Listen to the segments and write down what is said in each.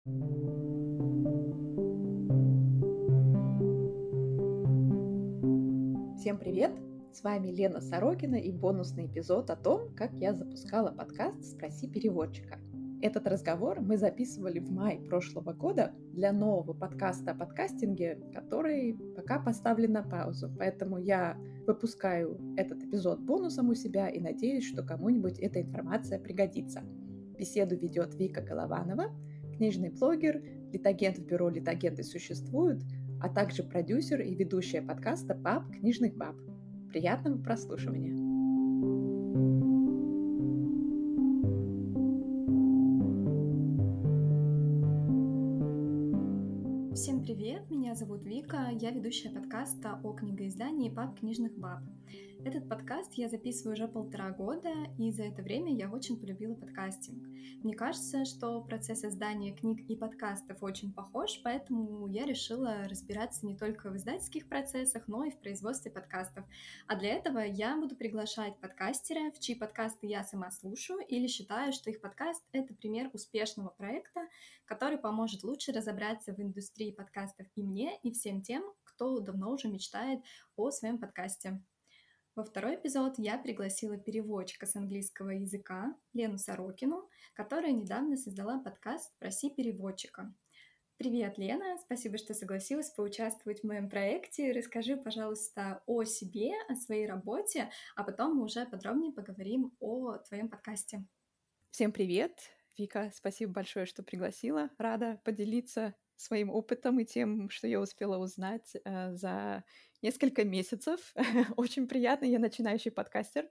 Всем привет! С вами Лена Сорокина и бонусный эпизод о том, как я запускала подкаст «Спроси переводчика». Этот разговор мы записывали в мае прошлого года для нового подкаста о подкастинге, который пока поставлен на паузу. Поэтому я выпускаю этот эпизод бонусом у себя и надеюсь, что кому-нибудь эта информация пригодится. Беседу ведет Вика Голованова, книжный блогер, литагент в бюро «Литагенты существуют», а также продюсер и ведущая подкаста «Паб книжных баб». Приятного прослушивания! Всем привет, меня зовут Вика, я ведущая подкаста о книгоиздании «Паб книжных баб». Этот подкаст я записываю уже 1,5 года, и за это время я очень полюбила подкастинг. Мне кажется, что процесс издания книг и подкастов очень похож, поэтому я решила разбираться не только в издательских процессах, но и в производстве подкастов. А для этого я буду приглашать подкастеров, чьи подкасты я сама слушаю, или считаю, что их подкаст — это пример успешного проекта, который поможет лучше разобраться в индустрии подкастов и мне, и всем тем, кто давно уже мечтает о своем подкасте. Во второй эпизод я пригласила переводчика с английского языка Лену Сорокину, которая недавно создала подкаст «Спроси переводчика». Привет, Лена! Спасибо, что согласилась поучаствовать в моем проекте. Расскажи, пожалуйста, о себе, о своей работе, а потом мы уже подробнее поговорим о твоем подкасте. Всем привет! Вика, спасибо большое, что пригласила. Рада поделиться своим опытом и тем, что я успела узнать за несколько месяцев. Очень приятно, я начинающий подкастер.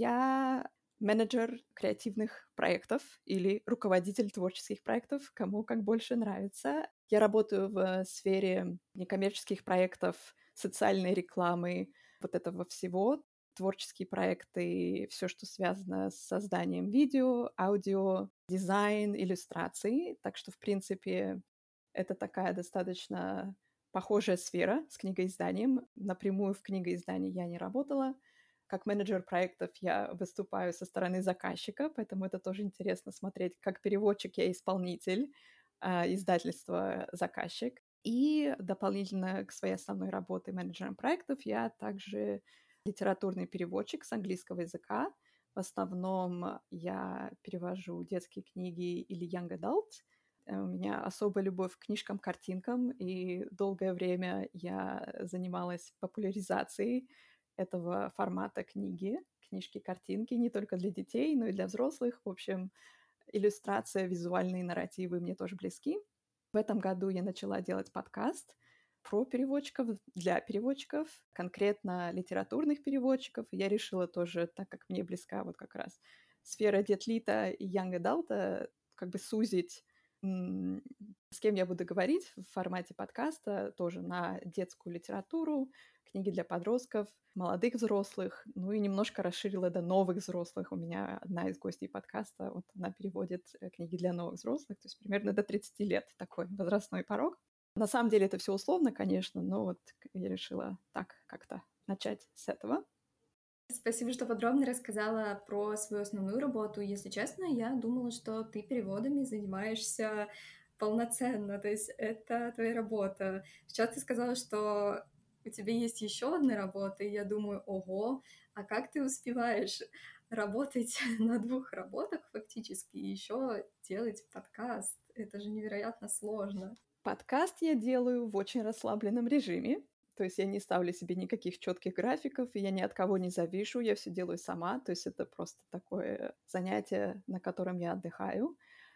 Я менеджер креативных проектов или руководитель творческих проектов, кому как больше нравится. Я работаю в сфере некоммерческих проектов, социальной рекламы, вот этого всего. Творческие проекты, все, что связано с созданием видео, аудио, дизайн, иллюстрации. Так что, в принципе, это такая достаточно похожая сфера с книгоизданием. Напрямую в книгоиздании я не работала. Как менеджер проектов я выступаю со стороны заказчика, поэтому это тоже интересно смотреть. Как переводчик я исполнитель, издательство заказчик. И дополнительно к своей основной работе менеджером проектов я также литературный переводчик с английского языка. В основном я перевожу детские книги или young adult. У меня особая любовь к книжкам-картинкам, и долгое время я занималась популяризацией этого формата книги, книжки-картинки, не только для детей, но и для взрослых. В общем, иллюстрация, визуальные нарративы мне тоже близки. В этом году я начала делать подкаст про переводчиков, для переводчиков, конкретно литературных переводчиков. Я решила тоже, так как мне близка вот как раз сфера детлита и young adult, как бы сузить, с кем я буду говорить в формате подкаста, тоже на детскую литературу, книги для подростков, молодых взрослых, ну и немножко расширила до новых взрослых. У меня одна из гостей подкаста, вот она переводит книги для новых взрослых, то есть примерно до 30 лет такой возрастной порог. На самом деле это все условно, конечно, но вот я решила так как-то начать с этого. Спасибо, что подробно рассказала про свою основную работу. Если честно, я думала, что ты переводами занимаешься полноценно, то есть это твоя работа. Сейчас ты сказала, что у тебя есть еще одна работа, и я думаю, ого, а как ты успеваешь работать на 2 работах фактически и еще делать подкаст? Это же невероятно сложно. Подкаст я делаю в очень расслабленном режиме, то есть я не ставлю себе никаких четких графиков, и я ни от кого не завишу, я все делаю сама, то есть это просто такое занятие, на котором я отдыхаю.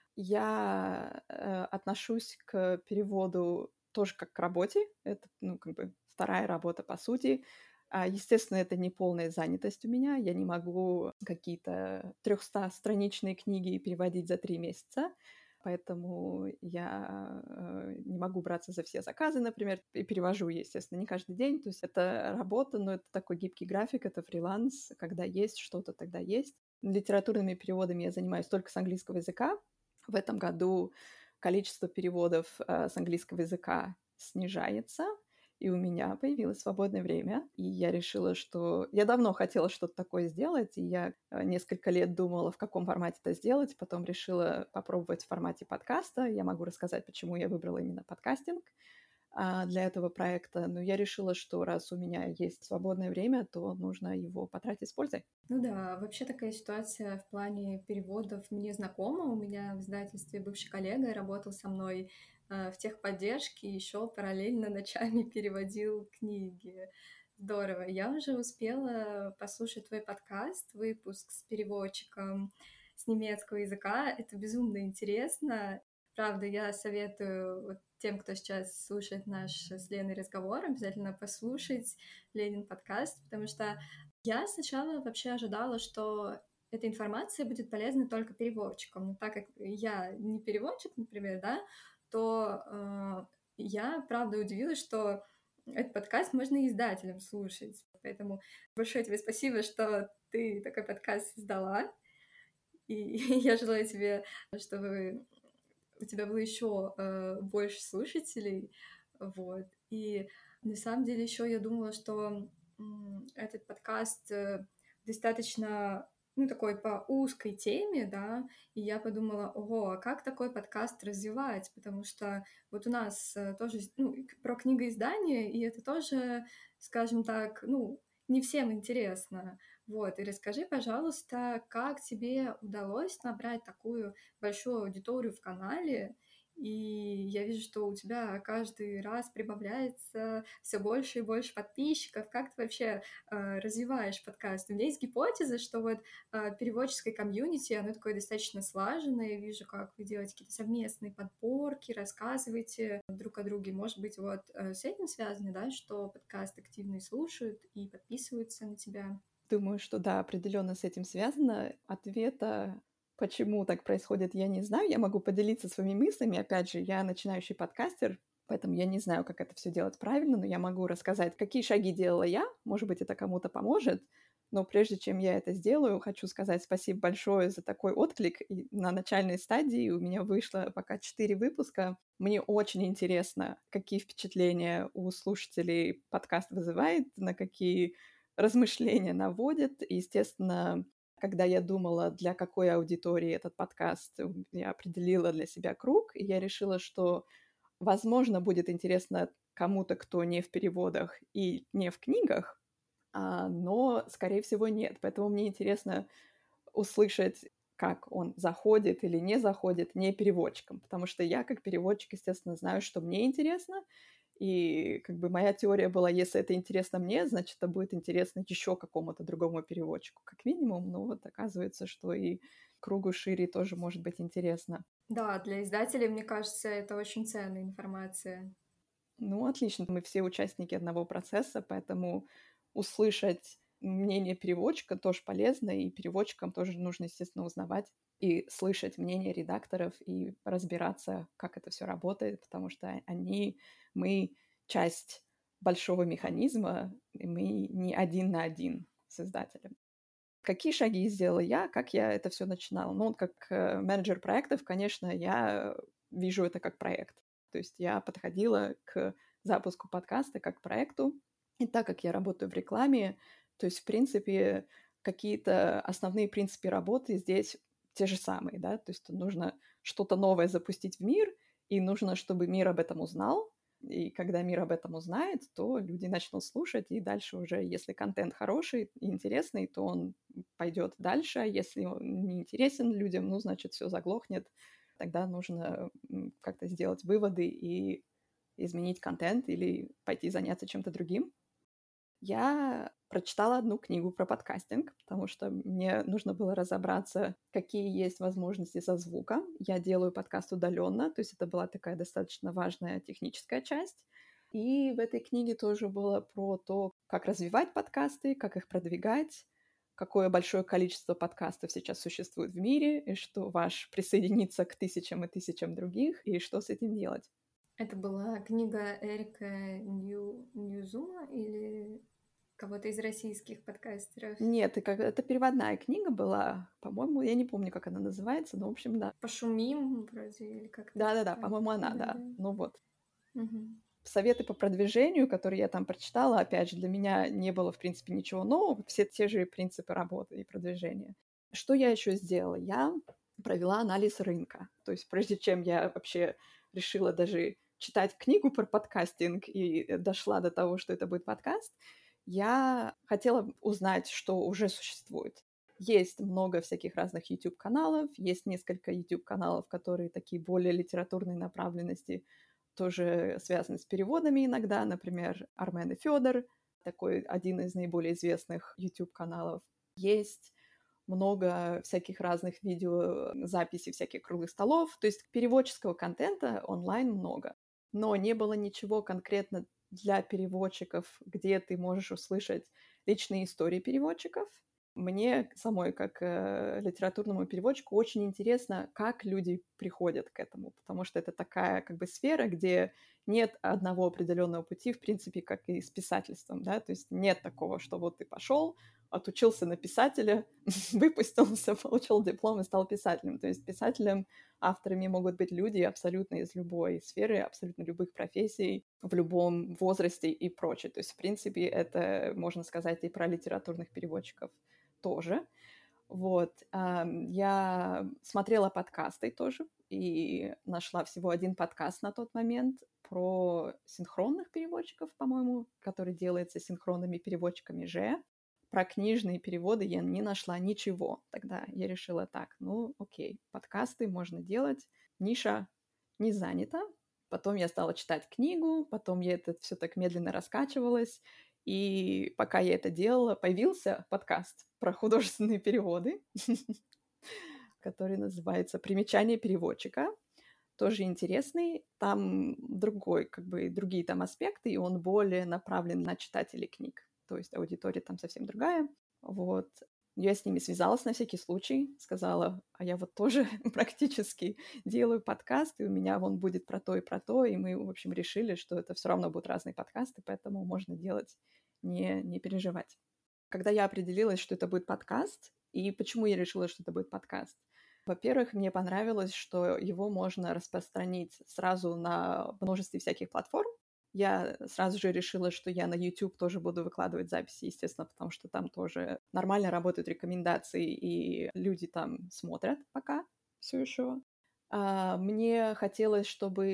Я отношусь к переводу тоже как к работе, это, ну, как бы вторая работа по сути. Естественно, это не полная занятость у меня, я не могу какие-то 300-страничные книги переводить за 3 месяца, поэтому я не могу браться за все заказы, например, и перевожу, естественно, не каждый день. То есть это работа, но это такой гибкий график, это фриланс, когда есть что-то, тогда есть. Литературными переводами я занимаюсь только с английского языка. В этом году количество переводов с английского языка снижается, и у меня появилось свободное время, и я решила, что я давно хотела что-то такое сделать, и я несколько лет думала, в каком формате это сделать, потом решила попробовать в формате подкаста. Я могу рассказать, почему я выбрала именно подкастинг для этого проекта, но я решила, что раз у меня есть свободное время, то нужно его потратить с пользой. Ну да, вообще такая ситуация в плане переводов мне знакома. У меня в издательстве бывший коллега работал со мной в техподдержке, еще параллельно ночами переводил книги. Здорово. Я уже успела послушать твой подкаст, выпуск с переводчиком с немецкого языка. Это безумно интересно. Правда, я советую вот тем, кто сейчас слушает наш с Леной разговор, обязательно послушать Ленин подкаст, потому что я сначала вообще ожидала, что эта информация будет полезна только переводчикам, но так как я не переводчик, например, да, то я, правда, удивилась, что этот подкаст можно и издателям слушать. Поэтому большое тебе спасибо, что ты такой подкаст создала. И я желаю тебе, чтобы у тебя было еще больше слушателей. Вот. И на самом деле еще я думала, что этот подкаст достаточно, ну, такой по узкой теме, да, и я подумала, ого, а как такой подкаст развивать? Потому что вот у нас тоже, ну, про книгоиздание, и это тоже, скажем так, ну, не всем интересно. Вот, и расскажи, пожалуйста, как тебе удалось набрать такую большую аудиторию в канале, и я вижу, что у тебя каждый раз прибавляется все больше и больше подписчиков. Как ты вообще развиваешь подкаст? У меня есть гипотеза, что вот переводческое комьюнити, оно такое достаточно слаженное. Я вижу, как вы делаете какие-то совместные подборки, рассказываете друг о друге. Может быть, вот с этим связано, да, что подкаст активно слушают и подписываются на тебя? Думаю, что да, определенно с этим связано. Ответа, почему так происходит, я не знаю. Я могу поделиться своими мыслями. Опять же, я начинающий подкастер, поэтому я не знаю, как это все делать правильно, но я могу рассказать, какие шаги делала я. Может быть, это кому-то поможет. Но прежде чем я это сделаю, хочу сказать спасибо большое за такой отклик. И на начальной стадии у меня вышло пока 4 выпуска. Мне очень интересно, какие впечатления у слушателей подкаст вызывает, на какие размышления наводит. И, естественно, когда я думала, для какой аудитории этот подкаст, я определила для себя круг, и я решила, что, возможно, будет интересно кому-то, кто не в переводах и не в книгах, но, скорее всего, нет. Поэтому мне интересно услышать, как он заходит или не заходит не переводчиком, потому что я, как переводчик, естественно, знаю, что мне интересно, и как бы моя теория была, если это интересно мне, значит, это будет интересно еще какому-то другому переводчику, как минимум. Но вот оказывается, что и кругу шире тоже может быть интересно. Да, для издателей, мне кажется, это очень ценная информация. Ну, отлично, мы все участники одного процесса, поэтому услышать мнение переводчика тоже полезно, и переводчикам тоже нужно, естественно, узнавать и слышать мнение редакторов и разбираться, как это все работает, потому что мы часть большого механизма, и мы не один на один с издателем. Какие шаги сделала я, как я это все начинала? Ну, вот как менеджер проектов, конечно, я вижу это как проект. То есть я подходила к запуску подкаста как к проекту. И так как я работаю в рекламе, то есть, в принципе, какие-то основные принципы работы здесь те же самые, да, то есть нужно что-то новое запустить в мир, и нужно, чтобы мир об этом узнал, и когда мир об этом узнает, то люди начнут слушать, и дальше уже, если контент хороший и интересный, то он пойдет дальше, а если он не интересен людям, ну, значит, все заглохнет. Тогда нужно как-то сделать выводы и изменить контент или пойти заняться чем-то другим. Я прочитала одну книгу про подкастинг, потому что мне нужно было разобраться, какие есть возможности со звуком. Я делаю подкаст удаленно, то есть это была такая достаточно важная техническая часть. И в этой книге тоже было про то, как развивать подкасты, как их продвигать, какое большое количество подкастов сейчас существует в мире, и что ваш присоединиться к тысячам и тысячам других, и что с этим делать. Это была книга Эрика Ньюзума или кого-то из российских подкастеров? Нет, это переводная книга была, по-моему, я не помню, как она называется, но, в общем, да. «Пошумим» вроде, или как-то Да-да-да, так. по-моему, она, Да-да. да. Ну вот. Мгм. Советы по продвижению, которые я там прочитала, опять же, для меня не было, в принципе, ничего нового. Все те же принципы работы и продвижения. Что я еще сделала? Я провела анализ рынка. То есть прежде чем я вообще решила даже читать книгу про подкастинг и дошла до того, что это будет подкаст, я хотела узнать, что уже существует. Есть много всяких разных YouTube-каналов, есть несколько YouTube-каналов, которые такие более литературной направленности, тоже связаны с переводами иногда, например, Армен и Федор, такой один из наиболее известных YouTube-каналов. Есть много всяких разных видеозаписей, всяких круглых столов, то есть переводческого контента онлайн много. Но не было ничего конкретно для переводчиков, где ты можешь услышать личные истории переводчиков. Мне самой, как литературному переводчику, очень интересно, как люди приходят к этому, потому что это такая как бы сфера, где нет одного определенного пути, в принципе, как и с писательством, да, то есть нет такого, что вот ты пошел, отучился на писателя, выпустился, получил диплом и стал писателем. То есть писателем, авторами могут быть люди абсолютно из любой сферы, абсолютно любых профессий, в любом возрасте и прочее. То есть, в принципе, это можно сказать и про литературных переводчиков тоже. Вот. Я смотрела подкасты тоже и нашла всего один подкаст на тот момент про синхронных переводчиков, по-моему, который делается синхронными переводчиками же. Про книжные переводы я не нашла ничего. Тогда я решила так, ну окей, подкасты можно делать, ниша не занята. Потом я стала читать книгу, потом я это все так медленно раскачивалась, и пока я это делала, появился подкаст про художественные переводы, который называется «Примечание переводчика». Тоже интересный. Там другой, как бы другие там аспекты, и он более направлен на читателей книг. То есть аудитория там совсем другая. Вот. Я с ними связалась на всякий случай, сказала, а я вот тоже практически делаю подкаст, и у меня вон будет про то, и мы, в общем, решили, что это все равно будут разные подкасты, поэтому можно делать, не переживать. Когда я определилась, что это будет подкаст, и почему я решила, что это будет подкаст, во-первых, мне понравилось, что его можно распространить сразу на множестве всяких платформ. Я сразу же решила, что я на YouTube тоже буду выкладывать записи, естественно, потому что там тоже нормально работают рекомендации, и люди там смотрят пока все еще. Мне хотелось, чтобы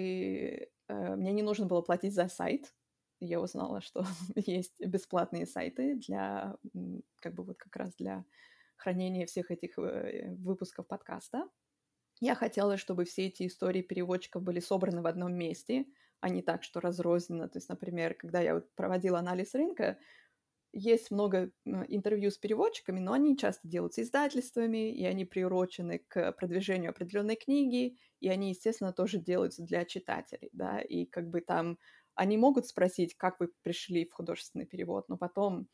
мне не нужно было платить за сайт. Я узнала, что есть бесплатные сайты для, как бы вот как раз для хранения всех этих выпусков подкаста. Я хотела, чтобы все эти истории переводчиков были собраны в одном месте, а не так, что разрозненно. То есть, например, когда я вот проводила анализ рынка, есть много интервью с переводчиками, но они часто делаются издательствами, и они приурочены к продвижению определенной книги, и они, естественно, тоже делаются для читателей, да, и как бы там они могут спросить, как вы пришли в художественный перевод, но потом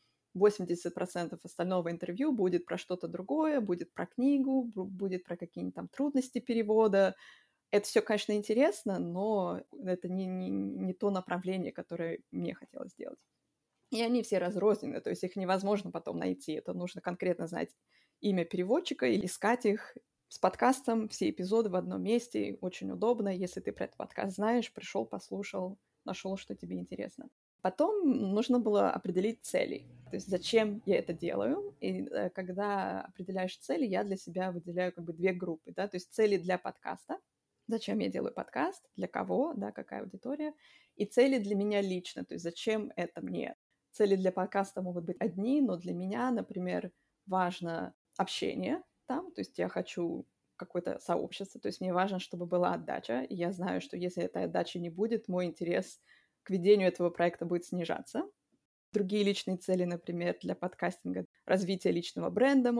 80% остального интервью будет про что-то другое, будет про книгу, будет про какие-нибудь там трудности перевода. Это все, конечно, интересно, но это не то направление, которое мне хотелось сделать. И они все разрознены, то есть их невозможно потом найти. Это нужно конкретно знать имя переводчика и искать их с подкастом, все эпизоды в одном месте. Очень удобно, если ты про этот подкаст знаешь, пришел, послушал, нашел, что тебе интересно. Потом нужно было определить цели, то есть зачем я это делаю. И когда определяешь цели, я для себя выделяю как бы две группы, да, то есть цели для подкаста, зачем я делаю подкаст, для кого, да, какая аудитория, и цели для меня лично, то есть зачем это мне. Цели для подкаста могут быть одни, но для меня, например, важно общение там, то есть я хочу какое-то сообщество, то есть мне важно, чтобы была отдача, и я знаю, что если этой отдачи не будет, мой интерес к ведению этого проекта будет снижаться. Другие личные цели, например, для подкастинга, развитие личного бренда,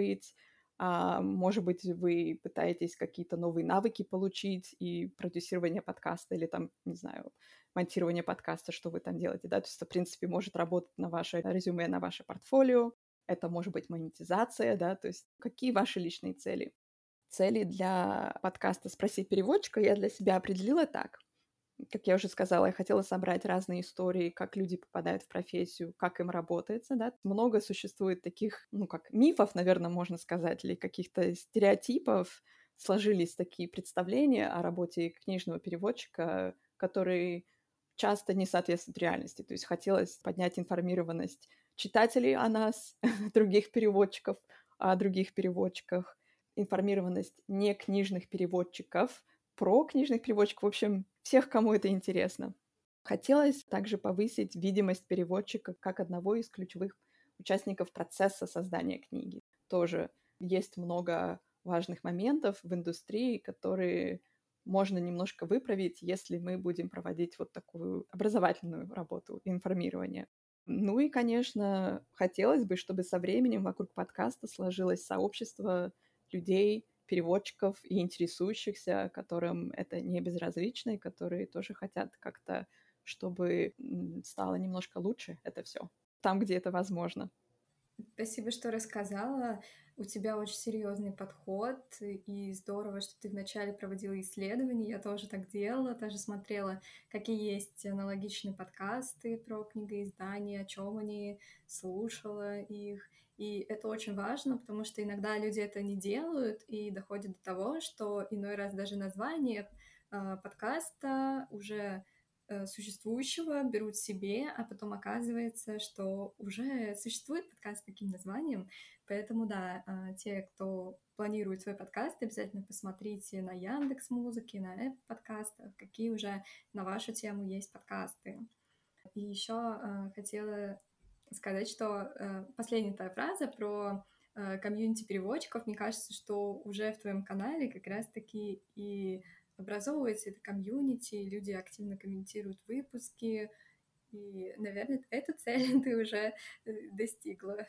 может быть, вы пытаетесь какие-то новые навыки получить и продюсирование подкаста или там, не знаю, монтирование подкаста, что вы там делаете, да, то есть это, в принципе, может работать на ваше резюме, на ваше портфолио, это может быть монетизация, да, то есть какие ваши личные цели? Цели для подкаста «Спроси переводчика» я для себя определила так. Как я уже сказала, я хотела собрать разные истории, как люди попадают в профессию, как им работается, да. Много существует таких, ну, как мифов, наверное, можно сказать, или каких-то стереотипов. Сложились такие представления о работе книжного переводчика, которые часто не соответствуют реальности. То есть хотелось поднять информированность читателей о нас, других переводчиков о других переводчиках, информированность некнижных переводчиков про книжных переводчиков, в общем, всех, кому это интересно. Хотелось также повысить видимость переводчика как одного из ключевых участников процесса создания книги. Тоже есть много важных моментов в индустрии, которые можно немножко выправить, если мы будем проводить вот такую образовательную работу, информирование. Ну и, конечно, хотелось бы, чтобы со временем вокруг подкаста сложилось сообщество людей, переводчиков и интересующихся, которым это не безразлично, и которые тоже хотят как-то, чтобы стало немножко лучше это все, там, где это возможно. Спасибо, что рассказала. У тебя очень серьезный подход, и здорово, что ты вначале проводила исследования. Я тоже так делала, тоже смотрела, какие есть аналогичные подкасты про книгоиздания, о чем они, слушала их. И это очень важно, потому что иногда люди это не делают, и доходит до того, что иной раз даже название подкаста уже существующего берут себе, а потом оказывается, что уже существует подкаст с таким названием. Поэтому, да, те, кто планирует свой подкаст, обязательно посмотрите на Яндекс.Музыке, на Apple подкастах, какие уже на вашу тему есть подкасты. И еще хотела сказать, что последняя твоя фраза про комьюнити переводчиков, мне кажется, что уже в твоем канале как раз-таки и образовывается это комьюнити, люди активно комментируют выпуски, и, наверное, эту цель ты уже достигла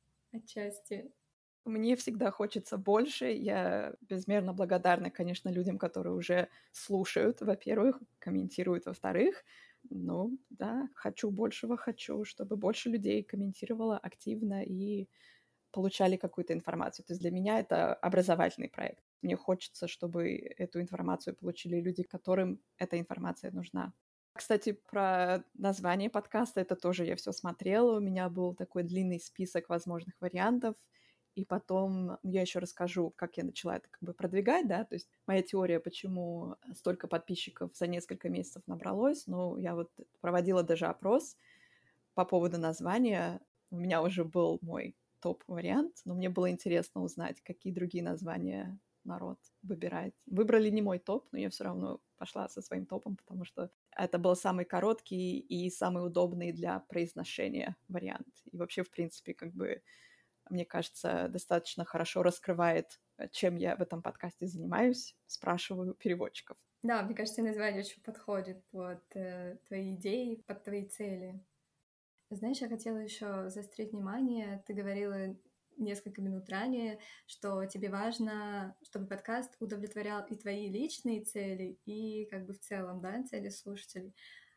отчасти. Мне всегда хочется больше. Я безмерно благодарна, конечно, людям, которые уже слушают, во-первых, комментируют, во-вторых. Ну, да, хочу большего, хочу, чтобы больше людей комментировало активно и получали какую-то информацию. То есть для меня это образовательный проект. Мне хочется, чтобы эту информацию получили люди, которым эта информация нужна. Кстати, про название подкаста, это тоже я все смотрела. У меня был такой длинный список возможных вариантов. И потом я еще расскажу, как я начала это как бы продвигать, да, то есть моя теория, почему столько подписчиков за несколько месяцев набралось. Ну, я вот проводила даже опрос по поводу названия. У меня уже был мой топ-вариант, но мне было интересно узнать, какие другие названия народ выбирает. Выбрали не мой топ, но я все равно пошла со своим топом, потому что это был самый короткий и самый удобный для произношения вариант. И вообще, в принципе, как бы, мне кажется, достаточно хорошо раскрывает, чем я в этом подкасте занимаюсь, спрашиваю переводчиков. Да, мне кажется, название очень подходит под твои идеи, под твои цели. Знаешь, я хотела еще заострить внимание. Ты говорила несколько минут ранее, что тебе важно, чтобы подкаст удовлетворял и твои личные цели, и как бы в целом, да, цели слушателей.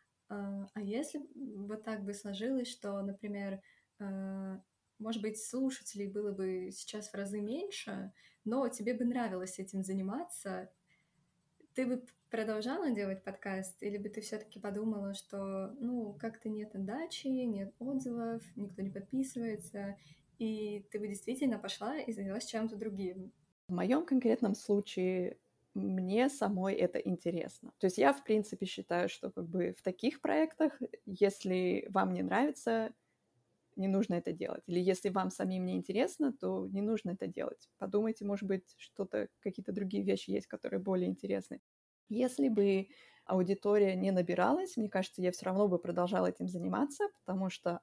А если вот так бы сложилось, что, например, может быть, слушателей было бы сейчас в разы меньше, но тебе бы нравилось этим заниматься, ты бы продолжала делать подкаст, или бы ты все-таки подумала, что, ну, как-то нет отдачи, нет отзывов, никто не подписывается, и ты бы действительно пошла и занялась чем-то другим? В моем конкретном случае мне самой это интересно. То есть я, в принципе, считаю, что как бы в таких проектах, если вам не нравится, не нужно это делать. Или если вам самим не интересно, то не нужно это делать. Подумайте, может быть, что-то, какие-то другие вещи есть, которые более интересны. Если бы аудитория не набиралась, мне кажется, я все равно бы продолжала этим заниматься, потому что,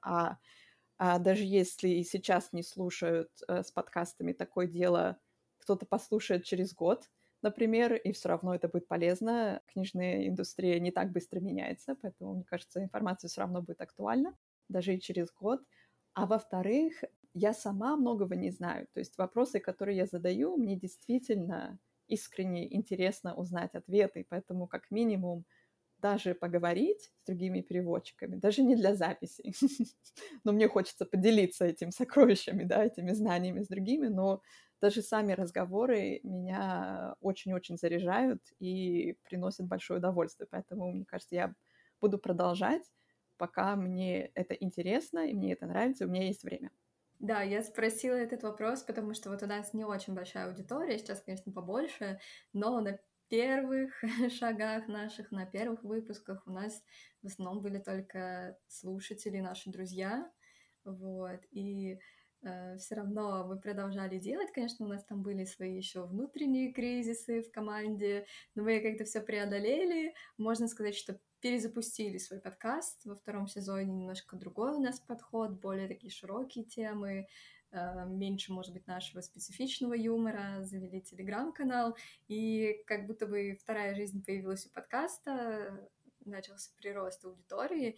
даже если и сейчас не слушают с подкастами такое дело, кто-то послушает через год, например, и все равно это будет полезно. Книжная индустрия не так быстро меняется, поэтому, мне кажется, информация все равно будет актуальна, даже и через год. А во-вторых, я сама многого не знаю. То есть вопросы, которые я задаю, мне действительно искренне интересно узнать ответы, поэтому как минимум даже поговорить с другими переводчиками, даже не для записи, но мне хочется поделиться этим сокровищами, да, этими знаниями с другими, но даже сами разговоры меня очень-очень заряжают и приносят большое удовольствие. Поэтому, мне кажется, я буду продолжать, пока мне это интересно и мне это нравится, и у меня есть время. Да, я спросила этот вопрос, потому что вот у нас не очень большая аудитория, сейчас, конечно, побольше, но на первых шагах наших, на первых выпусках у нас в основном были только слушатели, наши друзья, вот, и все равно мы продолжали делать, конечно, у нас там были свои еще внутренние кризисы в команде, но мы как-то все преодолели, можно сказать, что перезапустили свой подкаст во втором сезоне, немножко другой у нас подход, более такие широкие темы, меньше, может быть, нашего специфичного юмора, завели телеграм-канал, и как будто бы вторая жизнь появилась у подкаста, начался прирост аудитории,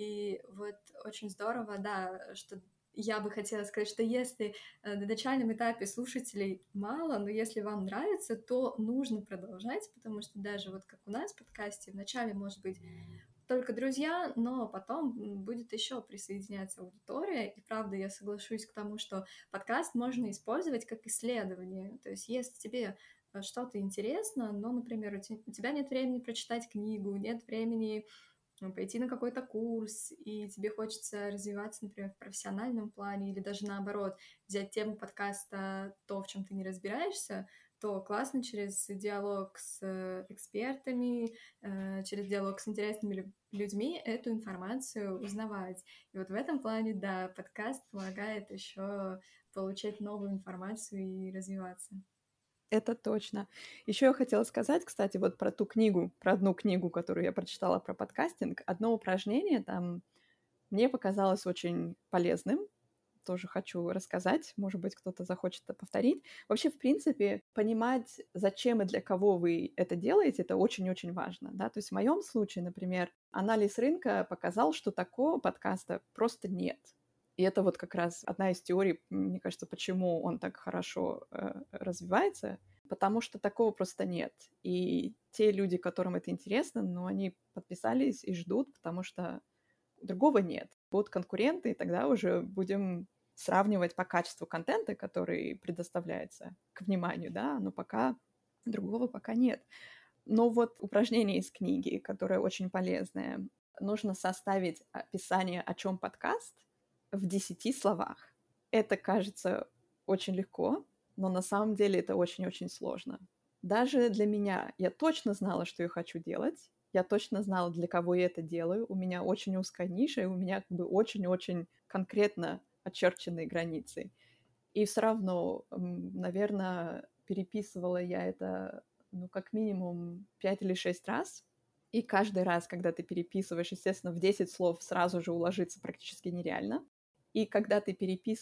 и вот очень здорово, да, что я бы хотела сказать, что если на начальном этапе слушателей мало, но если вам нравится, то нужно продолжать, потому что даже вот как у нас в подкасте, вначале может быть только друзья, но потом будет еще присоединяться аудитория. И правда, я соглашусь к тому, что подкаст можно использовать как исследование. То есть, если тебе что-то интересно, но, например, у тебя нет времени прочитать книгу, нет времени пойти на какой-то курс, и тебе хочется развиваться, например, в профессиональном плане, или даже наоборот, взять тему подкаста, то, в чем ты не разбираешься, то классно через диалог с экспертами, через диалог с интересными людьми эту информацию узнавать. И вот в этом плане, да, подкаст помогает еще получать новую информацию и развиваться. Это точно. Еще я хотела сказать, кстати, вот про ту книгу, про одну книгу, которую я прочитала про подкастинг. Одно упражнение там мне показалось очень полезным. Тоже хочу рассказать, может быть, кто-то захочет это повторить. Вообще, в принципе, понимать, зачем и для кого вы это делаете, это очень-очень важно, да. То есть в моем случае, например, анализ рынка показал, что такого подкаста просто нет. И это вот как раз одна из теорий, мне кажется, почему он так хорошо развивается, потому что такого просто нет. И те люди, которым это интересно, ну, они подписались и ждут, потому что другого нет. Будут конкуренты, и тогда уже будем сравнивать по качеству контента, который предоставляется к вниманию, да, но пока другого пока нет. Но вот упражнение из книги, которое очень полезное, нужно составить описание, о чем подкаст, в 10 словах. Это кажется очень легко, но на самом деле это очень-очень сложно. Даже для меня я точно знала, что я хочу делать, я точно знала, для кого я это делаю. У меня очень узкая ниша, и у меня как бы очень-очень конкретно очерченные границы. И все равно, наверное, переписывала я это, ну, как минимум 5 или 6 раз. И каждый раз, когда ты переписываешь, естественно, в 10 слов сразу же уложиться практически нереально. И когда ты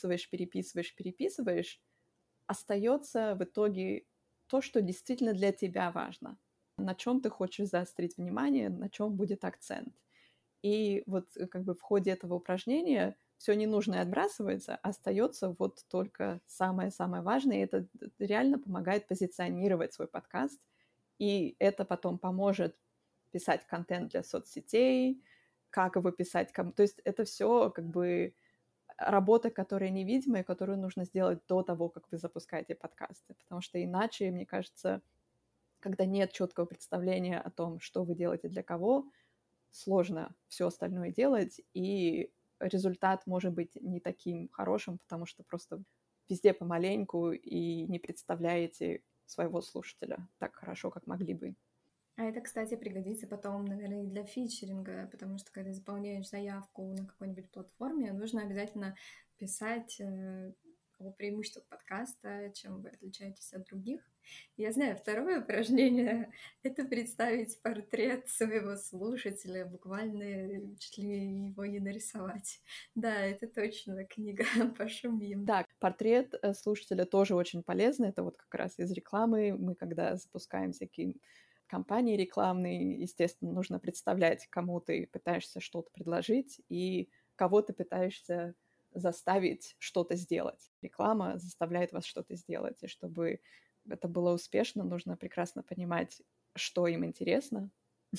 переписываешь, остается в итоге то, что действительно для тебя важно. На чем ты хочешь заострить внимание, на чем будет акцент. И вот как бы в ходе этого упражнения все ненужное отбрасывается, а остается вот только самое-самое важное. И это реально помогает позиционировать свой подкаст. И это потом поможет писать контент для соцсетей, как его писать. То есть это все как бы работа, которая невидимая, которую нужно сделать до того, как вы запускаете подкасты. Потому что иначе, мне кажется, когда нет четкого представления о том, что вы делаете для кого, сложно все остальное делать, и результат может быть не таким хорошим, потому что просто везде помаленьку и не представляете своего слушателя так хорошо, как могли бы. А это, кстати, пригодится потом, наверное, и для фичеринга, потому что когда заполняешь заявку на какой-нибудь платформе, нужно обязательно писать о преимуществах подкаста, чем вы отличаетесь от других. Я знаю, второе упражнение — это представить портрет своего слушателя, буквально чуть ли его не нарисовать. Да, это точно книга «Пошумим». Да, портрет слушателя тоже очень полезный. Это вот как раз из рекламы. Мы, когда запускаем всякие кампании рекламные, естественно, нужно представлять, кому ты пытаешься что-то предложить и кого ты пытаешься заставить что-то сделать. Реклама заставляет вас что-то сделать. И чтобы это было успешно, нужно прекрасно понимать, что им интересно,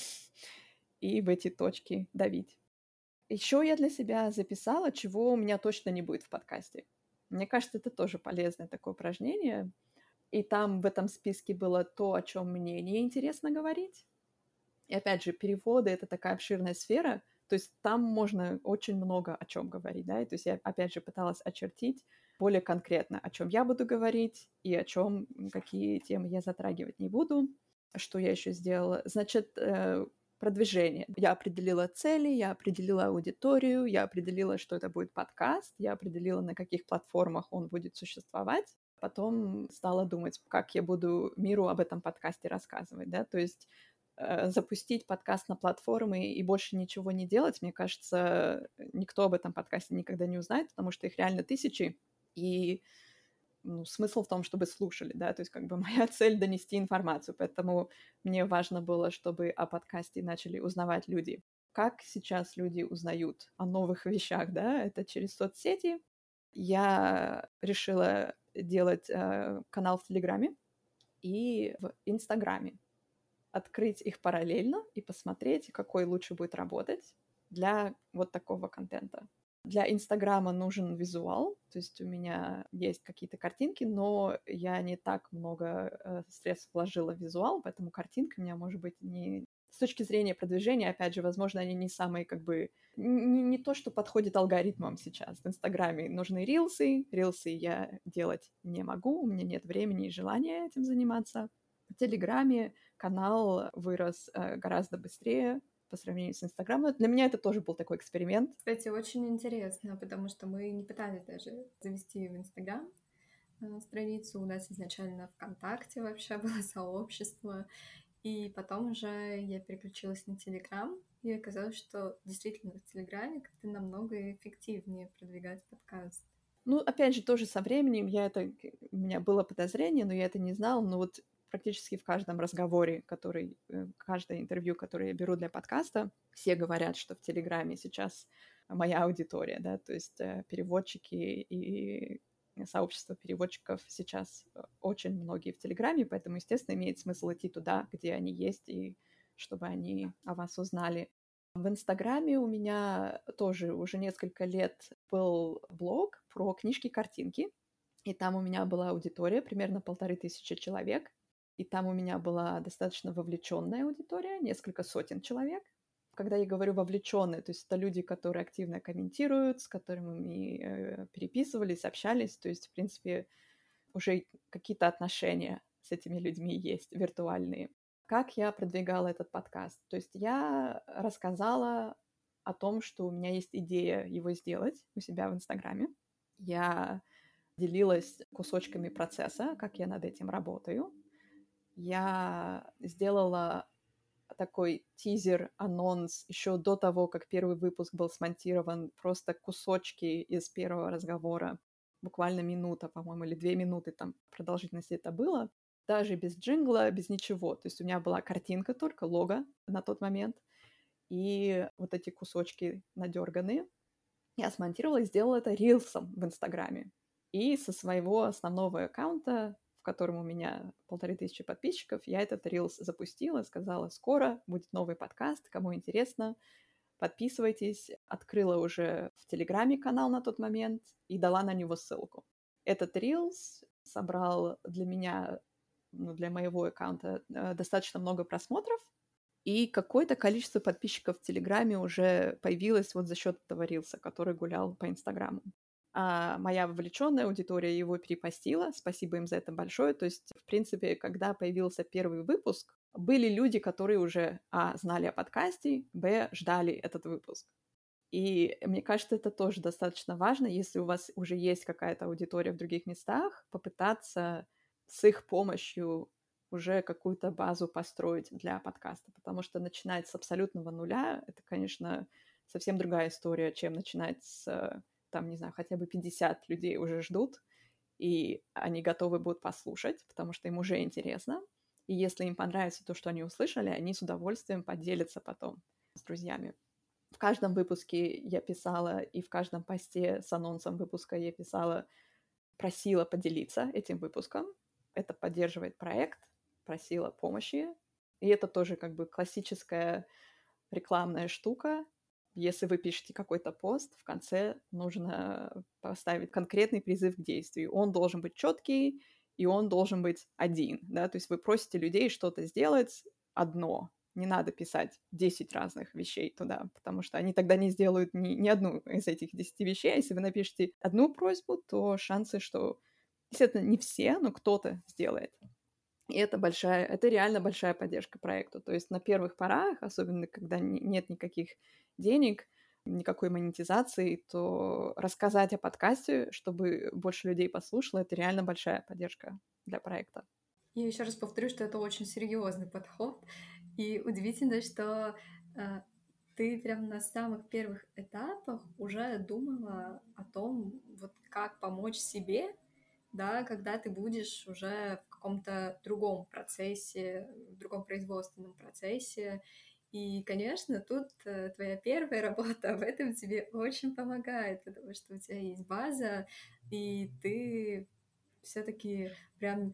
и в эти точки давить. Еще я для себя записала, чего у меня точно не будет в подкасте. Мне кажется, это тоже полезное такое упражнение. И там в этом списке было то, о чем мне не интересно говорить. И опять же, переводы — это такая обширная сфера, то есть там можно очень много о чем говорить, да, и то есть я опять же пыталась очертить более конкретно, о чем я буду говорить и о чем, какие темы я затрагивать не буду. Что я еще сделала? Значит, продвижение. Я определила цели, я определила аудиторию, я определила, что это будет подкаст, я определила, на каких платформах он будет существовать. Потом стала думать, как я буду миру об этом подкасте рассказывать, да, то есть запустить подкаст на платформы и больше ничего не делать, мне кажется, никто об этом подкасте никогда не узнает, потому что их реально тысячи, и смысл в том, чтобы слушали, да, то есть как бы моя цель — донести информацию, поэтому мне важно было, чтобы о подкасте начали узнавать люди. Как сейчас люди узнают о новых вещах, да, это через соцсети. Я решила делать канал в Телеграме и в Инстаграме, открыть их параллельно и посмотреть, какой лучше будет работать для вот такого контента. Для Инстаграма нужен визуал, то есть у меня есть какие-то картинки, но я не так много средств вложила в визуал, поэтому картинка у меня может быть не... С точки зрения продвижения, опять же, возможно, они не самые как бы... Не то, что подходит алгоритмам сейчас. В Инстаграме нужны рилсы. Рилсы я делать не могу, у меня нет времени и желания этим заниматься. В Телеграме канал вырос гораздо быстрее по сравнению с Инстаграмом. Для меня это тоже был такой эксперимент. Кстати, очень интересно, потому что мы не пытались даже завести в Инстаграм страницу. У нас изначально ВКонтакте вообще было сообщество. И потом уже я переключилась на Телеграм, и оказалось, что действительно в Телеграме как-то намного эффективнее продвигать подкаст. Ну, опять же, тоже со временем у меня было подозрение, но я это не знала, но вот практически в каждом разговоре, каждое интервью, которое я беру для подкаста, все говорят, что в Телеграме сейчас моя аудитория, да, то есть переводчики и сообщество переводчиков сейчас очень многие в Телеграме, поэтому, естественно, имеет смысл идти туда, где они есть, и чтобы они о вас узнали. В Инстаграме у меня тоже уже несколько лет был блог про книжки-картинки, и там у меня была аудитория, примерно 1500 человек, и там у меня была достаточно вовлеченная аудитория, несколько сотен человек. Когда я говорю вовлеченные, то есть это люди, которые активно комментируют, с которыми мы переписывались, общались, то есть, в принципе, уже какие-то отношения с этими людьми есть, виртуальные. Как я продвигала этот подкаст? То есть я рассказала о том, что у меня есть идея его сделать у себя в Инстаграме. Я делилась кусочками процесса, как я над этим работаю. Я сделала такой тизер, анонс еще до того, как первый выпуск был смонтирован, просто кусочки из первого разговора, буквально минута, по-моему, или 2 минуты там продолжительности это было, даже без джингла, без ничего. То есть у меня была картинка только, лого на тот момент, и вот эти кусочки надерганные. Я смонтировала и сделала это рилсом в Инстаграме. И со своего основного аккаунта, в котором у меня 1500 подписчиков, я этот рилс запустила, сказала, скоро будет новый подкаст, кому интересно, подписывайтесь. Открыла уже в Телеграме канал на тот момент и дала на него ссылку. Этот рилс собрал для меня, для моего аккаунта достаточно много просмотров, и какое-то количество подписчиков в Телеграме уже появилось вот за счет этого рилса, который гулял по Инстаграму. А моя вовлеченная аудитория его перепостила, спасибо им за это большое. То есть, в принципе, когда появился первый выпуск, были люди, которые уже, знали о подкасте, ждали этот выпуск. И мне кажется, это тоже достаточно важно, если у вас уже есть какая-то аудитория в других местах, попытаться с их помощью уже какую-то базу построить для подкаста, потому что начинать с абсолютного нуля — это, конечно, совсем другая история, чем начинать с, там, не знаю, хотя бы 50 людей уже ждут, и они готовы будут послушать, потому что им уже интересно. И если им понравится то, что они услышали, они с удовольствием поделятся потом с друзьями. В каждом выпуске я писала, и в каждом посте с анонсом выпуска я писала, просила поделиться этим выпуском. Это поддерживает проект, просила помощи. И это тоже как бы классическая рекламная штука. Если вы пишете какой-то пост, в конце нужно поставить конкретный призыв к действию. Он должен быть четкий, и он должен быть один. Да? То есть вы просите людей что-то сделать одно. Не надо писать 10 разных вещей туда, потому что они тогда не сделают ни одну из этих 10 вещей. А если вы напишете одну просьбу, то шансы, что, естественно, не все, но кто-то сделает. И это реально большая поддержка проекту. То есть на первых порах, особенно когда нет никаких денег, никакой монетизации, то рассказать о подкасте, чтобы больше людей послушало, это реально большая поддержка для проекта. Я еще раз повторю, что это очень серьезный подход. И удивительно, что ты прям на самых первых этапах уже думала о том, вот как помочь себе, да, когда ты будешь уже в каком-то другом процессе, в другом производственном процессе. И, конечно, тут твоя первая работа в этом тебе очень помогает, потому что у тебя есть база, и ты все-таки прям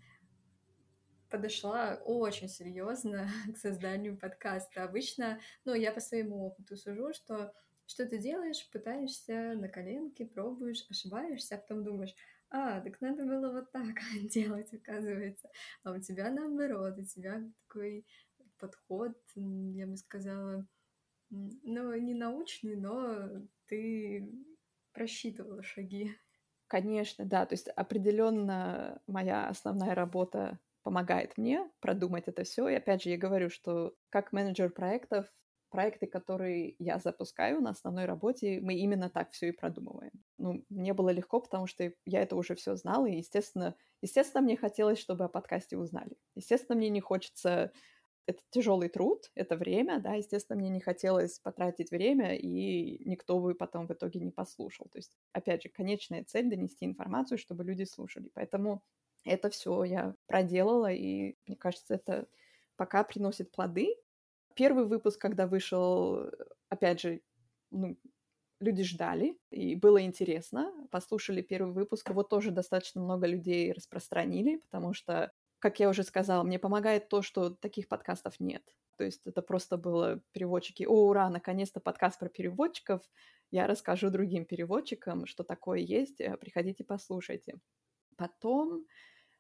подошла очень серьезно к созданию подкаста. Обычно, ну, я по своему опыту сужу, что ты делаешь, пытаешься на коленке, пробуешь, ошибаешься, а потом думаешь, так надо было вот так делать, оказывается. А у тебя наоборот, у тебя такой подход, я бы сказала, ну, не научный, но ты просчитывала шаги. Конечно, да. То есть определенно моя основная работа помогает мне продумать это все. И опять же, я говорю, что как менеджер проектов, проекты, которые я запускаю на основной работе, мы именно так все и продумываем. Ну, мне было легко, потому что я это уже все знала, и, естественно, мне хотелось, чтобы о подкасте узнали. Естественно, мне не хочется это тяжелый труд, это время, да, естественно, мне не хотелось потратить время, и никто бы потом в итоге не послушал. То есть, опять же, конечная цель — донести информацию, чтобы люди слушали. Поэтому это все я проделала, и мне кажется, это пока приносит плоды. Первый выпуск, когда вышел, опять же, ну, люди ждали, и было интересно. Послушали первый выпуск, его тоже достаточно много людей распространили, потому что, как я уже сказала, мне помогает то, что таких подкастов нет. То есть это просто было переводчики. О, ура, наконец-то подкаст про переводчиков. Я расскажу другим переводчикам, что такое есть. Приходите, послушайте. Потом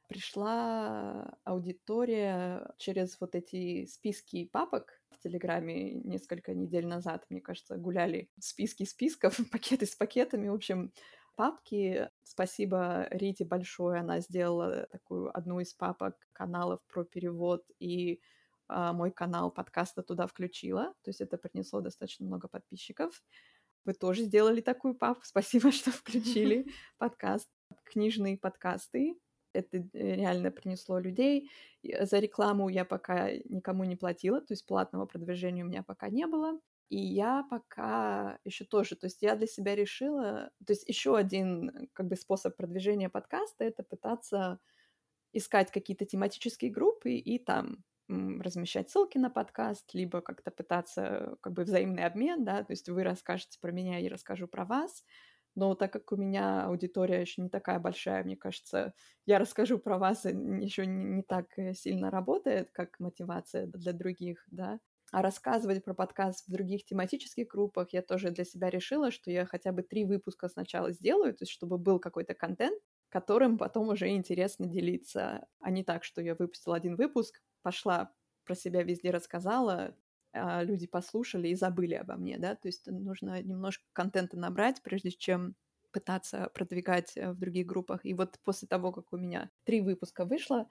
пришла аудитория через вот эти списки папок в Телеграме несколько недель назад, мне кажется, гуляли списки списков, пакеты с пакетами, в общем, папки. Спасибо Рите большое, она сделала такую одну из папок каналов про перевод, и мой канал подкаста туда включила, то есть это принесло достаточно много подписчиков. Вы тоже сделали такую папку, спасибо, что включили подкаст, книжные подкасты. Это реально принесло людей. За рекламу я пока никому не платила, то есть платного продвижения у меня пока не было. И я пока еще тоже, то есть я для себя решила, то есть еще один как бы способ продвижения подкаста — это пытаться искать какие-то тематические группы и там размещать ссылки на подкаст, либо как-то пытаться как бы взаимный обмен, да, то есть вы расскажете про меня, я расскажу про вас. Но так как у меня аудитория еще не такая большая, мне кажется, я расскажу про вас, еще не так сильно работает, как мотивация для других, да. А рассказывать про подкаст в других тематических группах я тоже для себя решила, что я хотя бы 3 выпуска сначала сделаю, то есть чтобы был какой-то контент, которым потом уже интересно делиться, а не так, что я выпустила один выпуск, пошла, про себя везде рассказала, люди послушали и забыли обо мне, да. То есть нужно немножко контента набрать, прежде чем пытаться продвигать в других группах. И вот после того, как у меня 3 выпуска вышло,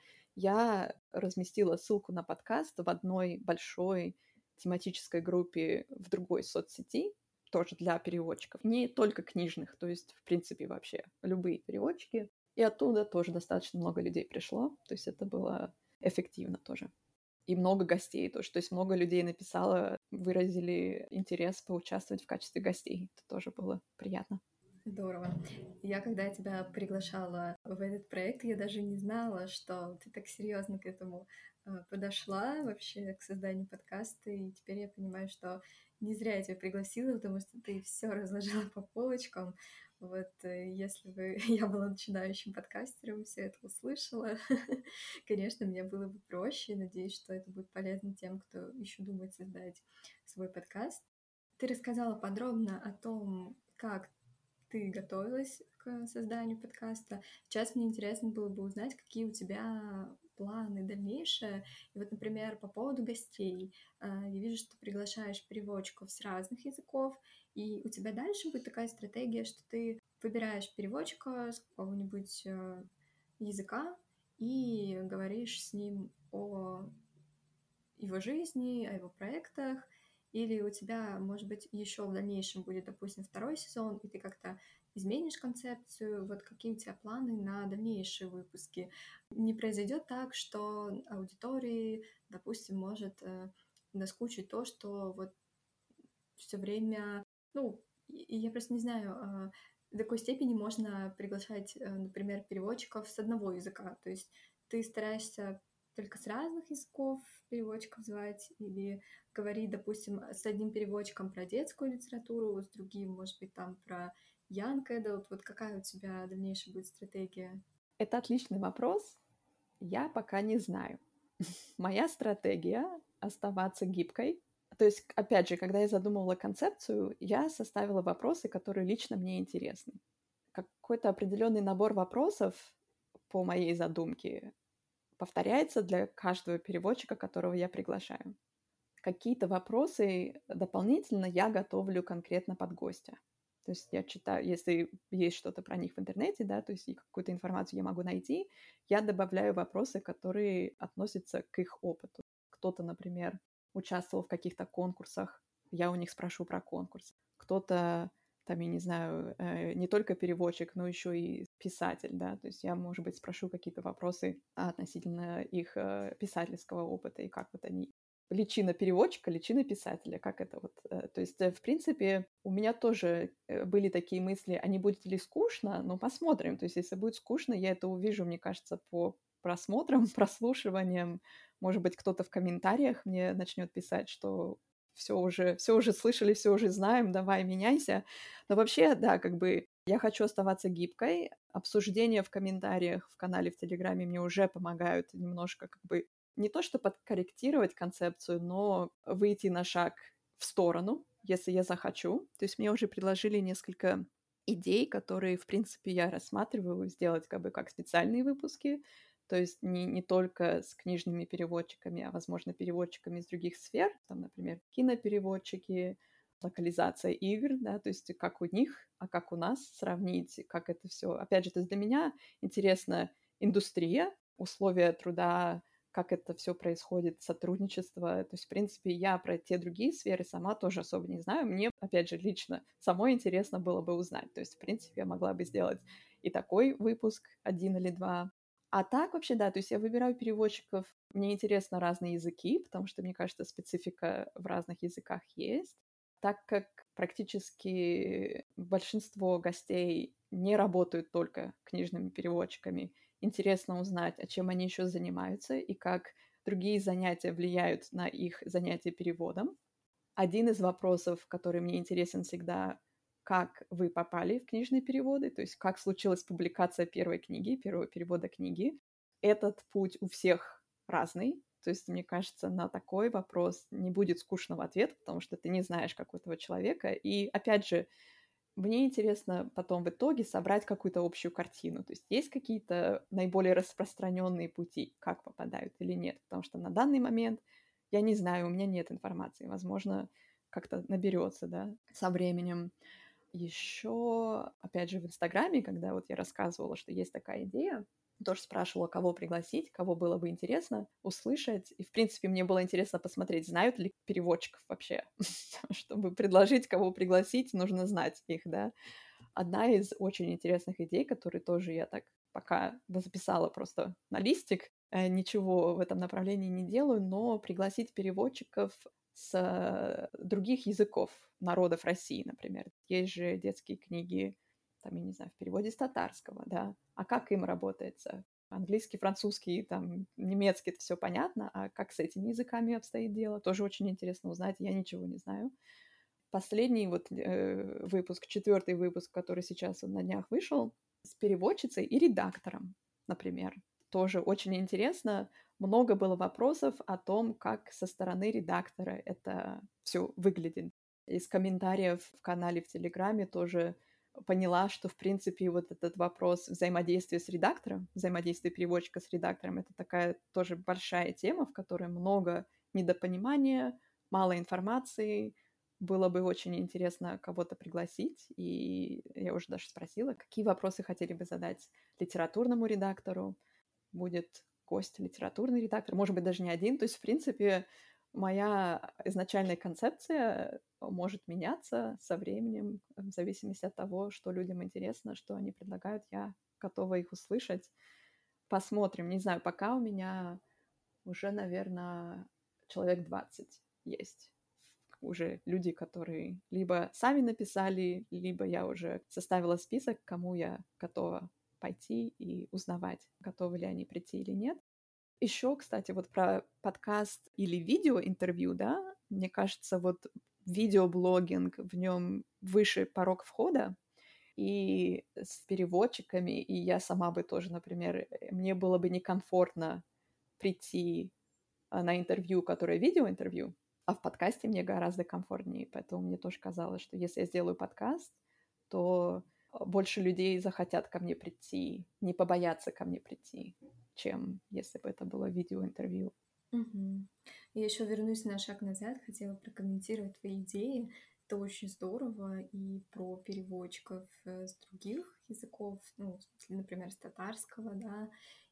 я разместила ссылку на подкаст в одной большой тематической группе в другой соцсети, тоже для переводчиков, не только книжных, то есть, в принципе, вообще любые переводчики. И оттуда тоже достаточно много людей пришло, то есть это было эффективно тоже. И много гостей тоже, то есть много людей написало, выразили интерес поучаствовать в качестве гостей. Это тоже было приятно. Здорово. Я, когда тебя приглашала в этот проект, я даже не знала, что ты так серьезно к этому подошла вообще к созданию подкаста, и теперь я понимаю, что не зря я тебя пригласила, потому что ты все разложила по полочкам. Вот если бы я была начинающим подкастером, все это услышала, конечно, мне было бы проще. Надеюсь, что это будет полезно тем, кто еще думает создать свой подкаст. Ты рассказала подробно о том, как ты готовилась к созданию подкаста. Сейчас мне интересно было бы узнать, какие у тебя планы дальнейшие. И вот, например, по поводу гостей. Я вижу, что ты приглашаешь переводчиков с разных языков, и у тебя дальше будет такая стратегия, что ты выбираешь переводчика с какого-нибудь языка, и говоришь с ним о его жизни, о его проектах, или у тебя, может быть, еще в дальнейшем будет, допустим, второй сезон, и ты как-то изменишь концепцию, вот какие у тебя планы на дальнейшие выпуски. Не произойдет так, что аудитории, допустим, может наскучить то, что вот все время, ну, и я просто не знаю, до какой степени можно приглашать, например, переводчиков с одного языка. То есть ты стараешься только с разных языков переводчиков звать или говорить, допустим, с одним переводчиком про детскую литературу, с другим, может быть, там про Young Adult. Вот какая у тебя дальнейшая будет стратегия? Это отличный вопрос. Я пока не знаю. Моя стратегия — оставаться гибкой. То есть, опять же, когда я задумывала концепцию, я составила вопросы, которые лично мне интересны. Какой-то определенный набор вопросов по моей задумке повторяется для каждого переводчика, которого я приглашаю. Какие-то вопросы дополнительно я готовлю конкретно под гостя. То есть я читаю, если есть что-то про них в интернете, да, то есть какую-то информацию я могу найти, я добавляю вопросы, которые относятся к их опыту. Кто-то, например, участвовал в каких-то конкурсах, я у них спрошу про конкурс. Кто-то, там, я не знаю, не только переводчик, но еще и писатель, да, то есть я, может быть, спрошу какие-то вопросы относительно их писательского опыта и как вот они личина переводчика, личина писателя, как это вот. То есть, в принципе, у меня тоже были такие мысли, а не будет ли скучно, но посмотрим. То есть, если будет скучно, я это увижу, мне кажется, по просмотрам, прослушиваниям. Может быть, кто-то в комментариях мне начнет писать, что все уже слышали, все уже знаем, давай меняйся. Но вообще, да, как бы я хочу оставаться гибкой. Обсуждения в комментариях в канале в Телеграме мне уже помогают немножко как бы не то что подкорректировать концепцию, но выйти на шаг в сторону, если я захочу. То есть мне уже предложили несколько идей, которые, в принципе, я рассматриваю сделать как бы как специальные выпуски, то есть не только с книжными переводчиками, а, возможно, переводчиками из других сфер, там, например, кинопереводчики, локализация игр, да, то есть как у них, а как у нас, сравнить, как это все. Опять же, то есть для меня интересна индустрия, условия труда, как это все происходит, сотрудничество. То есть, в принципе, я про те другие сферы сама тоже особо не знаю. Мне, опять же, лично самой интересно было бы узнать. То есть, в принципе, я могла бы сделать и такой выпуск, один или два. А так вообще, да, то есть я выбираю переводчиков. Мне интересно разные языки, потому что, мне кажется, специфика в разных языках есть. Так как практически большинство гостей не работают только книжными переводчиками, интересно узнать, а чем они еще занимаются и как другие занятия влияют на их занятия переводом. Один из вопросов, который мне интересен всегда, как вы попали в книжные переводы, то есть как случилась публикация первой книги, первого перевода книги. Этот путь у всех разный, то есть, мне кажется, на такой вопрос не будет скучного ответа, потому что ты не знаешь какого-то человека. И, опять же, мне интересно потом в итоге собрать какую-то общую картину. То есть есть какие-то наиболее распространенные пути, как попадают или нет. Потому что на данный момент я не знаю, у меня нет информации. Возможно, как-то наберется, да, со временем. Еще, опять же, в Инстаграме, когда вот я рассказывала, что есть такая идея, тоже спрашивала, кого пригласить, кого было бы интересно услышать. И, в принципе, мне было интересно посмотреть, знают ли переводчиков вообще. Чтобы предложить, кого пригласить, нужно знать их, да. Одна из очень интересных идей, которую тоже я так пока записала просто на листик, ничего в этом направлении не делаю, но пригласить переводчиков с других языков народов России, например. Есть же детские книги, там, я не знаю, в переводе с татарского, да. А как им работается? Английский, французский, там, немецкий, это все понятно, а как с этими языками обстоит дело? Тоже очень интересно узнать, я ничего не знаю. Последний вот выпуск, четвертый выпуск, который сейчас вот на днях вышел, с переводчицей и редактором, например. Тоже очень интересно. Много было вопросов о том, как со стороны редактора это все выглядит. Из комментариев в канале в Телеграме тоже поняла, что, в принципе, вот этот вопрос взаимодействия с редактором, взаимодействия переводчика с редактором, это такая тоже большая тема, в которой много недопонимания, мало информации. Было бы очень интересно кого-то пригласить, и я уже даже спросила, какие вопросы хотели бы задать литературному редактору. будет гость, литературный редактор, может быть, даже не один. То есть, в принципе, моя изначальная концепция может меняться со временем, в зависимости от того, что людям интересно, что они предлагают. Я готова их услышать. Посмотрим. Не знаю, пока у меня уже, наверное, человек 20 есть. Уже люди, которые либо сами написали, либо я уже составила список, кому я готова пойти и узнавать, готовы ли они прийти или нет. Еще, кстати, вот про подкаст или видеоинтервью, да, мне кажется, вот видеоблогинг, в нем выше порог входа, и с переводчиками, и я сама бы тоже, например, мне было бы некомфортно прийти на интервью, которое видеоинтервью, а в подкасте мне гораздо комфортнее. Поэтому мне тоже казалось, что если я сделаю подкаст, то больше людей захотят ко мне прийти, не побоятся ко мне прийти, чем если бы это было видеоинтервью. Мгм. Я еще вернусь на шаг назад, хотела прокомментировать твои идеи. Это очень здорово и про переводчиков с других языков, ну, в смысле, например, с татарского, да,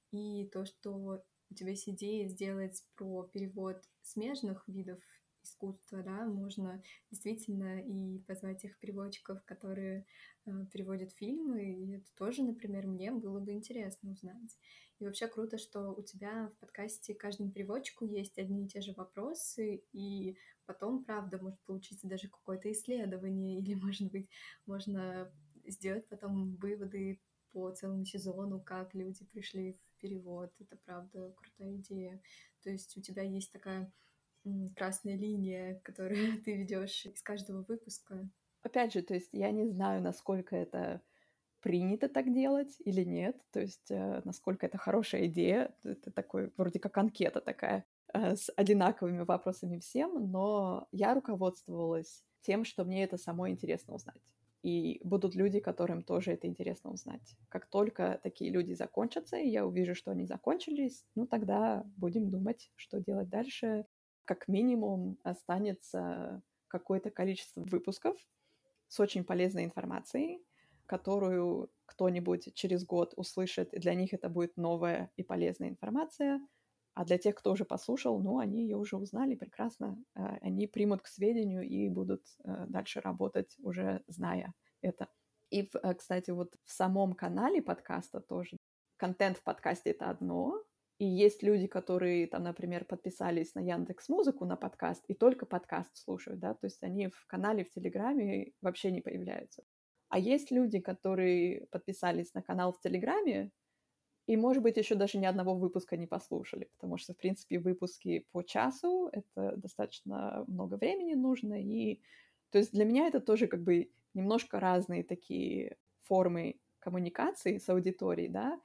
и то, что у тебя есть идея сделать про перевод смежных видов искусства, да, можно действительно и позвать их переводчиков, которые переводят фильмы, и это тоже, например, мне было бы интересно узнать. И вообще круто, что у тебя в подкасте каждому переводчику есть одни и те же вопросы, и потом, правда, может получиться даже какое-то исследование, или, может быть, можно сделать потом выводы по целому сезону, как люди пришли в перевод. Это, правда, крутая идея. То есть у тебя есть такая красная линия, которую ты ведешь из каждого выпуска. Опять же, то есть я не знаю, насколько это принято так делать или нет, то есть насколько это хорошая идея. Это такой, вроде как анкета такая, с одинаковыми вопросами всем, но я руководствовалась тем, что мне это самой интересно узнать. И будут люди, которым тоже это интересно узнать. Как только такие люди закончатся, и я увижу, что они закончились, ну тогда будем думать, что делать дальше. Как минимум останется какое-то количество выпусков с очень полезной информацией, которую кто-нибудь через год услышит, и для них это будет новая и полезная информация. А для тех, кто уже послушал, ну, они ее уже узнали прекрасно, они примут к сведению и будут дальше работать, уже зная это. И, кстати, вот в самом канале подкаста тоже контент в подкасте — это одно, и есть люди, которые там, например, подписались на Яндекс.Музыку на подкаст и только подкаст слушают, да, то есть они в канале в Телеграме вообще не появляются. А есть люди, которые подписались на канал в Телеграме и, может быть, еще даже ни одного выпуска не послушали, потому что, в принципе, выпуски по часу — это достаточно много времени нужно, и то есть для меня это тоже как бы немножко разные такие формы коммуникации с аудиторией, да,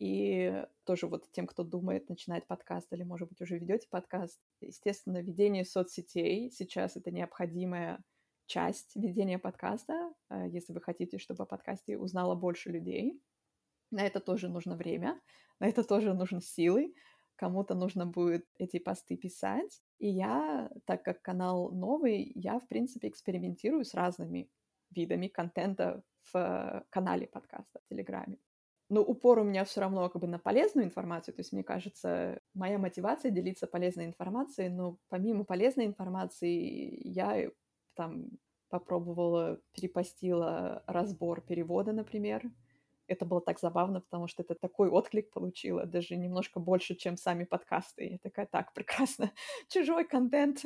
и тоже вот тем, кто думает начинать подкаст или, может быть, уже ведете подкаст, естественно, ведение соцсетей сейчас это необходимая часть ведения подкаста, если вы хотите, чтобы о подкасте узнало больше людей. На это тоже нужно время, на это тоже нужны силы. Кому-то нужно будет эти посты писать. И я, так как канал новый, я, в принципе, экспериментирую с разными видами контента в канале подкаста в Телеграме. Но упор у меня все равно как бы на полезную информацию. То есть, мне кажется, моя мотивация делиться полезной информацией, но помимо полезной информации я там попробовала, перепостила разбор перевода, например. Это было так забавно, потому что это такой отклик получила, даже немножко больше, чем сами подкасты. Я такая: "Так, прекрасно, чужой контент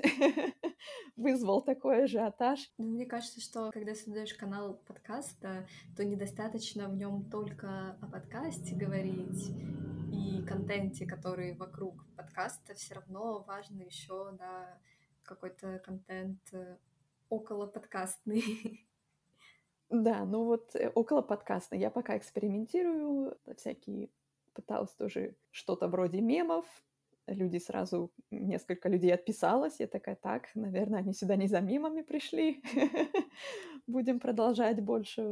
вызвал такой ажиотаж". Ну, мне кажется, что когда создаешь канал подкаста, то недостаточно в нем только о подкасте говорить и контенте, который вокруг подкаста. Все равно важно еще, да, какой-то контент около подкастный. Да, ну вот, около подкаста я пока экспериментирую, всякие пыталась тоже что-то вроде мемов. Люди сразу несколько людей отписалось. Я такая: "Так, наверное, они сюда не за мемами пришли. Будем продолжать больше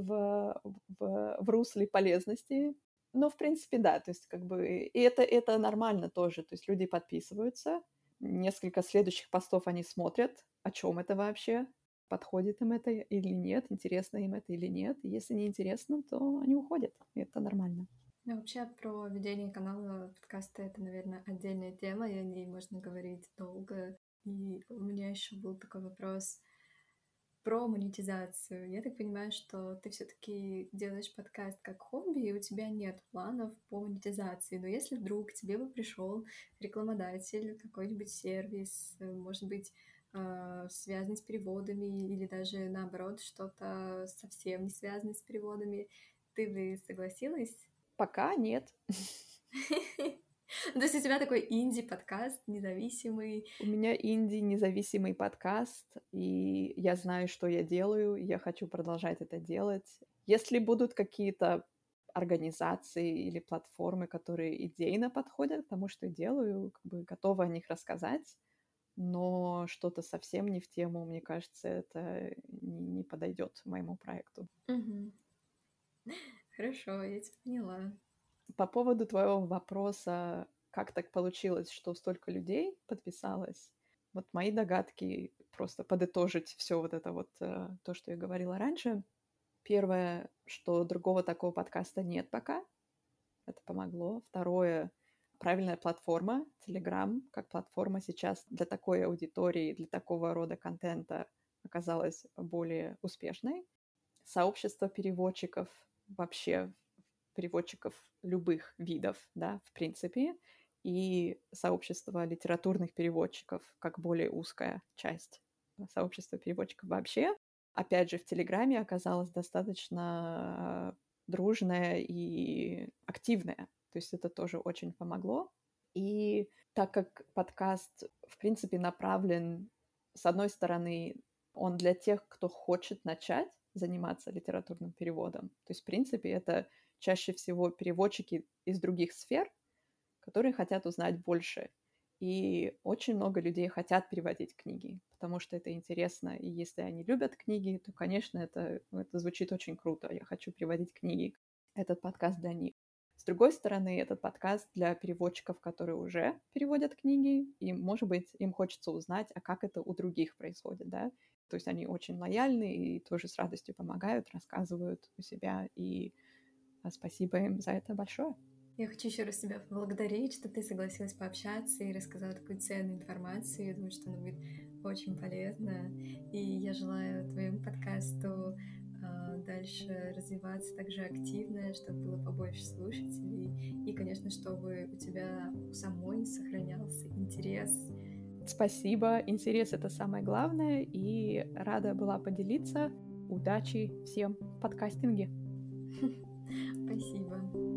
в русле полезности". Но, в принципе, да, то есть как бы и это нормально тоже. То есть люди подписываются, несколько следующих постов они смотрят, о чем это вообще, подходит им это или нет, интересно им это или нет. И если не интересно, то они уходят. И это нормально. Ну, вообще про ведение канала подкаста это, наверное, отдельная тема, и о ней можно говорить долго. И у меня еще был такой вопрос про монетизацию. Я так понимаю, что ты все-таки делаешь подкаст как хобби, и у тебя нет планов по монетизации. Но если вдруг к тебе бы пришел рекламодатель, какой-нибудь сервис, может быть, связанный с переводами, или даже наоборот, что-то совсем не связанное с переводами, ты бы согласилась? Пока нет. Ну, то есть у тебя такой инди-подкаст, независимый. У меня инди-независимый подкаст, и я знаю, что я делаю, и я хочу продолжать это делать. Если будут какие-то организации или платформы, которые идейно подходят к тому, что я делаю, как бы готова о них рассказать, но что-то совсем не в тему, мне кажется, это не подойдет моему проекту. Мгм. Хорошо, я тебя поняла. По поводу твоего вопроса, как так получилось, что столько людей подписалось, вот мои догадки, просто подытожить все вот это вот, то, что я говорила раньше. Первое, что другого такого подкаста нет пока, это помогло. Второе, правильная платформа, Telegram, как платформа сейчас для такой аудитории, для такого рода контента оказалась более успешной. Сообщество переводчиков, вообще переводчиков любых видов, да, в принципе, и сообщество литературных переводчиков как более узкая часть сообщества переводчиков вообще. Опять же, в Телеграме оказалось достаточно дружная и активная. То есть это тоже очень помогло. И так как подкаст, в принципе, направлен, с одной стороны, он для тех, кто хочет начать заниматься литературным переводом. То есть, в принципе, это чаще всего переводчики из других сфер, которые хотят узнать больше. И очень много людей хотят переводить книги, потому что это интересно. И если они любят книги, то, конечно, это звучит очень круто. Я хочу переводить книги. Этот подкаст для них. С другой стороны, этот подкаст для переводчиков, которые уже переводят книги, и, может быть, им хочется узнать, а как это у других происходит, да? То есть они очень лояльны и тоже с радостью помогают, рассказывают у себя, и спасибо им за это большое. Я хочу еще раз тебя поблагодарить, что ты согласилась пообщаться и рассказала такую ценную информацию. Я думаю, что она будет очень полезна. И я желаю твоему подкасту дальше развиваться так же активно, чтобы было побольше слушателей. И, конечно, чтобы у тебя у самой сохранялся интерес. Спасибо, интерес — это самое главное, и рада была поделиться. Удачи всем в подкастинге. Спасибо.